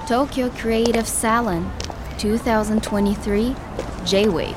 Tokyo Creative Salon 2023 J-Wave.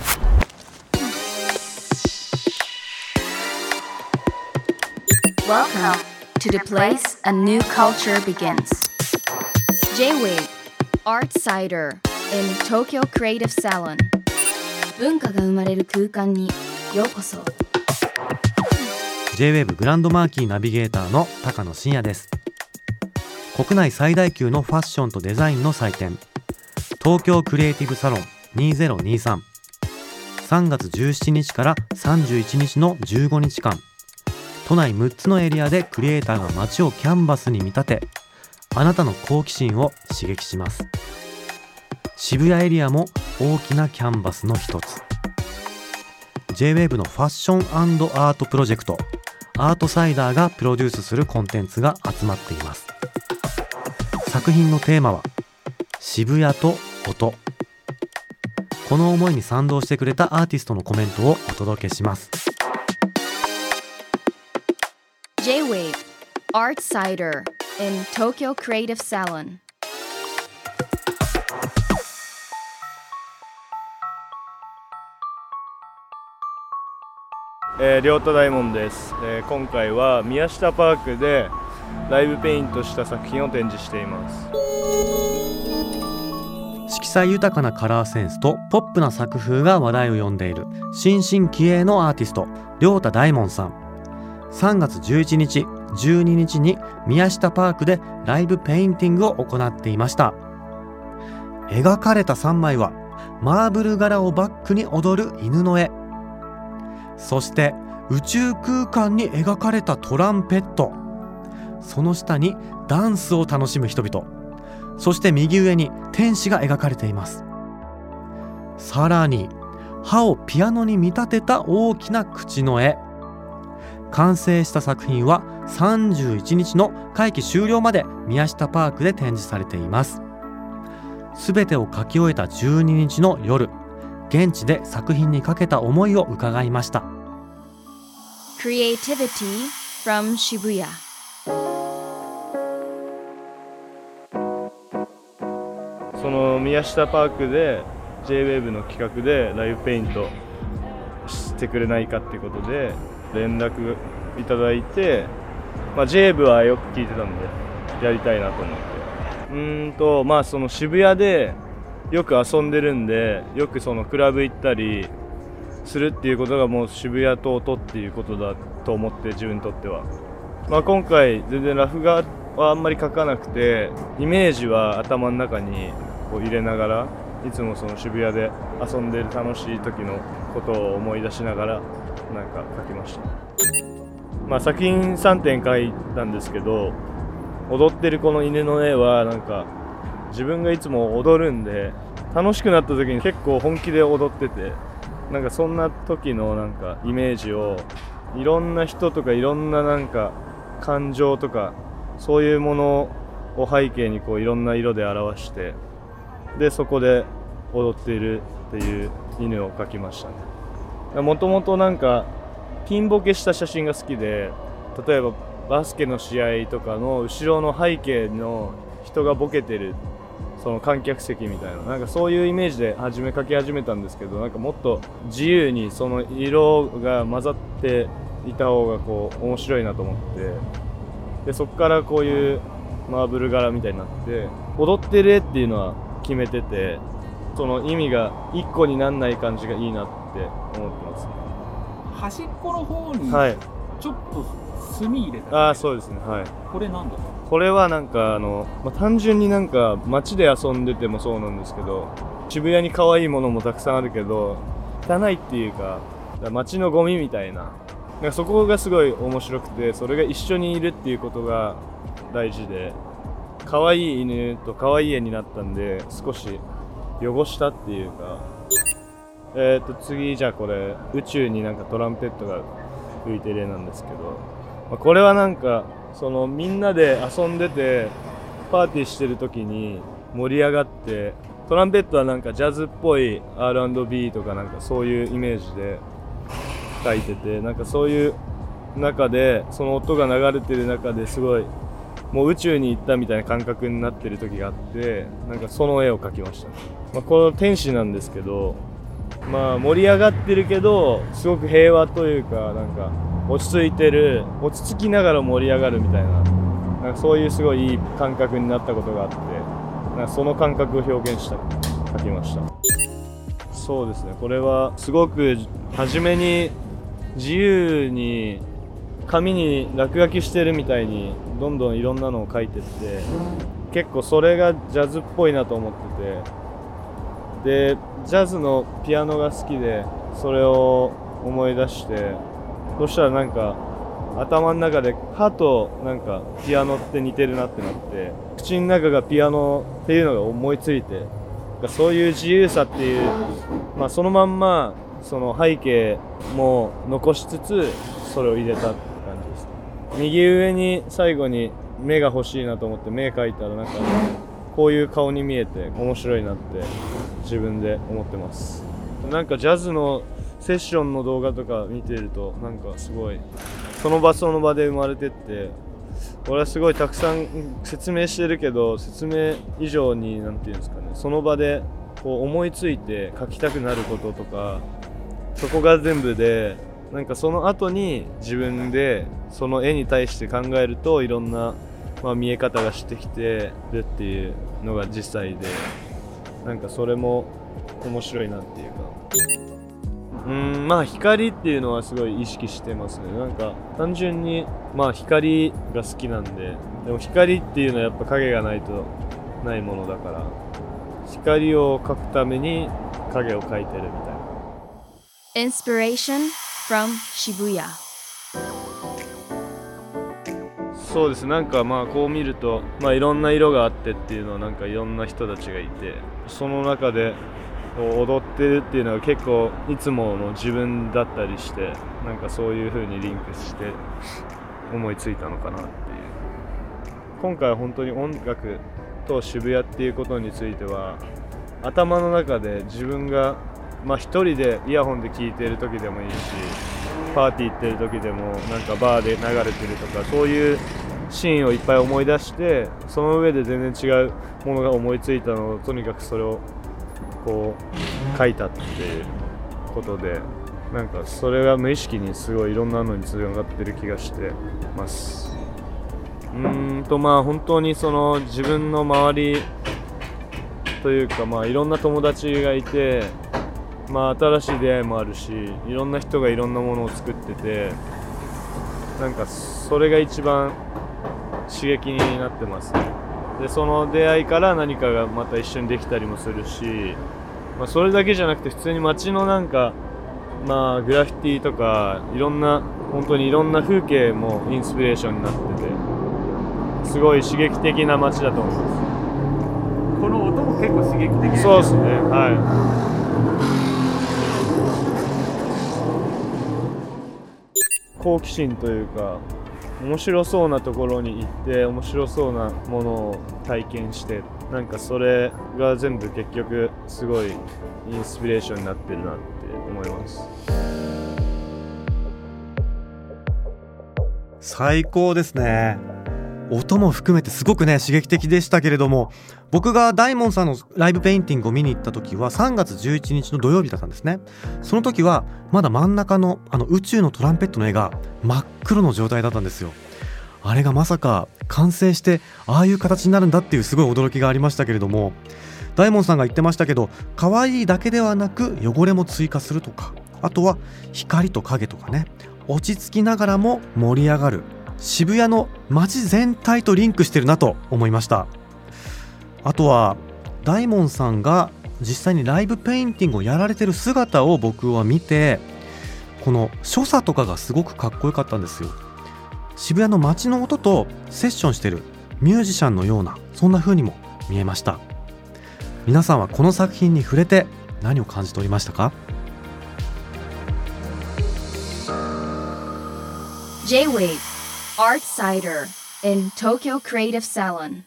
Welcome to the place a new culture begins. J-Wave Art Cider in Tokyo Creative Salon. 文化が生まれる空間にようこそ。 J-Wave グランドマーキーナビゲーターの高野真也です。国内最大級のファッションとデザインの祭典、東京クリエイティブサロン2023。3月17日から31日の15日間、都内6つのエリアでクリエイターが街をキャンバスに見立て、あなたの好奇心を刺激します。渋谷エリアも大きなキャンバスの一つ。 J-Wave のファッション&アートプロジェクト、アートサイダーがプロデュースするコンテンツが集まっています。作品のテーマは渋谷と音。この思いに賛同してくれたアーティストのコメントをお届けします。 J-Wave Art Cider in Tokyo Creative Salon。 亮太大門です。今回は宮下パークでライブペイントした作品を展示しています。 色彩豊かなカラーセンスとポップな作風が話題を呼んでいる新進気鋭のアーティスト、亮太大門さん。3月11日、12日に宮下パークでライブペインティングを行っていました。描かれた3枚はマーブル柄をバックに踊る犬の絵、そして宇宙空間に描かれたトランペット、その下にダンスを楽しむ人々、そして右上に天使が描かれています。さらに歯をピアノに見立てた大きな口の絵。完成した作品は31日の会期終了まで宮下パークで展示されています。すべてを書き終えた12日の夜、現地で作品にかけた思いを伺いました。 Creativity from Shibuya。 その宮下パークで J-Wave の企画でライブペイントしてくれないかっていうことで連絡いただいて、J-Wave はよく聞いてたんでやりたいなと思って、その渋谷でよく遊んでるんで、よくそのクラブ行ったりするっていうことがもう渋谷と音っていうことだと思って、自分にとっては、今回全然ラフ画はあんまり描かなくて、イメージは頭の中にこう入れながら、いつもその渋谷で遊んでる楽しい時のことを思い出しながらなんか描きました。作品3点描いたんですけど、踊ってるこの犬の絵はなんか自分がいつも踊るんで、楽しくなった時に結構本気で踊ってて、なんかそんな時のなんかイメージをいろんな人とかいろんななんか感情とかそういうものを背景にこういろんな色で表して、でそこで踊っているっていう犬を描きましたね。もともとなんかピンボケした写真が好きで、例えばバスケの試合とかの後ろの背景の人がボケてるその観客席みたいな、なんかそういうイメージで描き始めたんですけど、なんかもっと自由にその色が混ざっていた方がこう面白いなと思って、でそこからこういうマーブル柄みたいになって踊ってる絵っていうのは決めてて、その意味が一個になんない感じがいいなって思ってますね。 端っこの方にちょっと墨入れた、 そうですね。 これなんだろう。 これはなんか単純になんか街で遊んでてもそうなんですけど、渋谷に可愛いものもたくさんあるけど汚いっていうか街のゴミみたいな、なんかそこがすごい面白くて、それが一緒にいるっていうことが大事で、可愛い犬と可愛い絵になったんで少し汚したっていうか。次じゃあこれ宇宙になんかトランペットが吹いてる絵なんですけど、これはなんかそのみんなで遊んでてパーティーしてる時に盛り上がって、トランペットはなんかジャズっぽい R&B とかなんかそういうイメージで描いてて、なんかそういう中でその音が流れてる中ですごいもう宇宙に行ったみたいな感覚になってる時があって、なんかその絵を描きました。この天使なんですけど、盛り上がってるけどすごく平和というか、なんか落ち着いてる、落ち着きながら盛り上がるみたいな、なんかそういうすごいいい感覚になったことがあって、なんかその感覚を表現した描きました。そうですね、これはすごく初めに自由に紙に落書きしてるみたいにどんどんいろんなのを描いてって、結構それがジャズっぽいなと思ってて、でジャズのピアノが好きでそれを思い出して、そしたらなんか頭の中で歯となんかピアノって似てるなってなって、口の中がピアノっていうのが思いついて、そういう自由さっていう、そのまんまその背景も残しつつそれを入れたって感じです。右上に最後に目が欲しいなと思って目描いたら、なんかこういう顔に見えて面白いなって自分で思ってます。なんかジャズのセッションの動画とか見てると、なんかすごいその場その場で生まれてって、俺はすごいたくさん説明してるけど、説明以上になんていうんですかね、その場でこう思いついて描きたくなることとか、そこが全部で、なんかその後に自分でその絵に対して考えるといろんな、見え方がしてきてるっていうのが実際で、なんかそれも面白いなっていうか、光っていうのはすごい意識してますね。なんか単純に光が好きなんで、でも光っていうのはやっぱ影がないとないものだから、光を描くために影を描いてるみたいな。 Inspiration from Shibuya。 そうです。なんかこう見ると、いろんな色があってっていうのは、なんかいろんな人たちがいて、その中で踊ってるっていうのは結構いつもの自分だったりして、なんかそういう風にリンクして思いついたのかなっていう。今回は本当に音楽と渋谷っていうことについては、頭の中で自分が一人でイヤホンで聴いてる時でもいいし、パーティー行ってる時でも、なんかバーで流れてるとか、そういうシーンをいっぱい思い出して、その上で全然違うものが思いついたのを、とにかくそれをこう書いたっていうことで、なんかそれが無意識にすごいいろんなのにつながってる気がしてます。本当にその自分の周りというか、いろんな友達がいて、新しい出会いもあるし、いろんな人がいろんなものを作ってて、なんかそれが一番刺激になってますね。でその出会いから何かがまた一緒にできたりもするし、それだけじゃなくて普通に街のなんかグラフィティとか本当にいろんな風景もインスピレーションになってて、すごい刺激的な街だと思います。 この音も結構刺激的ですね。 そうですね、はい。好奇心というか、面白そうなところに行って面白そうなものを体験して、なんかそれが全部結局すごいインスピレーションになってるなって思います。 最高ですね。音も含めてすごくね刺激的でしたけれども、僕が大門さんのライブペインティングを見に行った時は3月11日の土曜日だったんですね。その時はまだ真ん中の宇宙のトランペットの絵が真っ黒の状態だったんですよ。あれがまさか完成してああいう形になるんだっていうすごい驚きがありましたけれども、大門さんが言ってましたけど、可愛いだけではなく汚れも追加するとか、あとは光と影とかね、落ち着きながらも盛り上がる、渋谷の街全体とリンクしてるなと思いました。あとは大門さんが実際にライブペインティングをやられてる姿を僕は見て、この所作とかがすごくかっこよかったんですよ。渋谷の街の音とセッションしてるミュージシャンのような、そんな風にも見えました。皆さんはこの作品に触れて何を感じ取りましたか？ J-Wave Art Cider in Tokyo Creative Salon。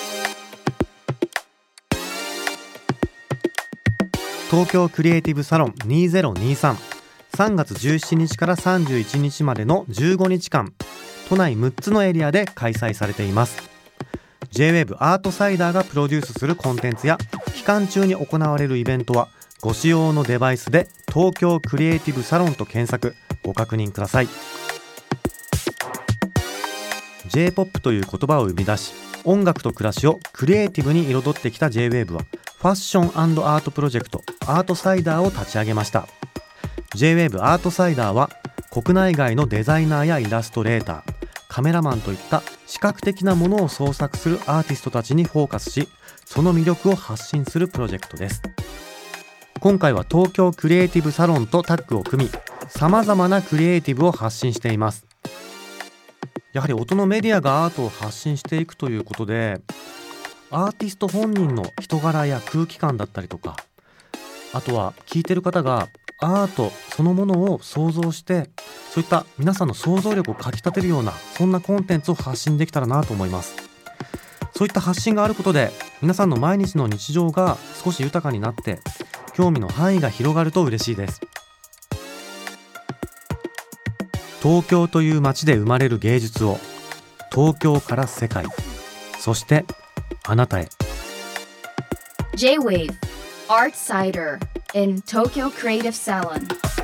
東京クリエイティブサロン2023、 3月17日から31日までの15日間、都内6つのエリアで開催されています。 J-WAVE アートサイダーがプロデュースするコンテンツや期間中に行われるイベントはご使用のデバイスで東京クリエイティブサロンと検索、ご確認ください。 J-POP という言葉を生み出し、音楽と暮らしをクリエイティブに彩ってきた J-WAVE はファッション&アートプロジェクトアートサイダーを立ち上げました。 J-WAVE アートサイダーは国内外のデザイナーやイラストレーター、カメラマンといった視覚的なものを創作するアーティストたちにフォーカスし、その魅力を発信するプロジェクトです。今回は東京クリエイティブサロンとタッグを組み、さまざまなクリエイティブを発信しています。やはり音のメディアがアートを発信していくということで、アーティスト本人の人柄や空気感だったりとか、あとは聴いてる方がアートそのものを想像して、そういった皆さんの想像力をかきたてるような、そんなコンテンツを発信できたらなと思います。そういった発信があることで皆さんの毎日の日常が少し豊かになって、興味の範囲が広がると嬉しいです。東京という街で生まれる芸術を、東京から世界、そしてあなたへ。 J-WAVE Art Cider in Tokyo Creative Salon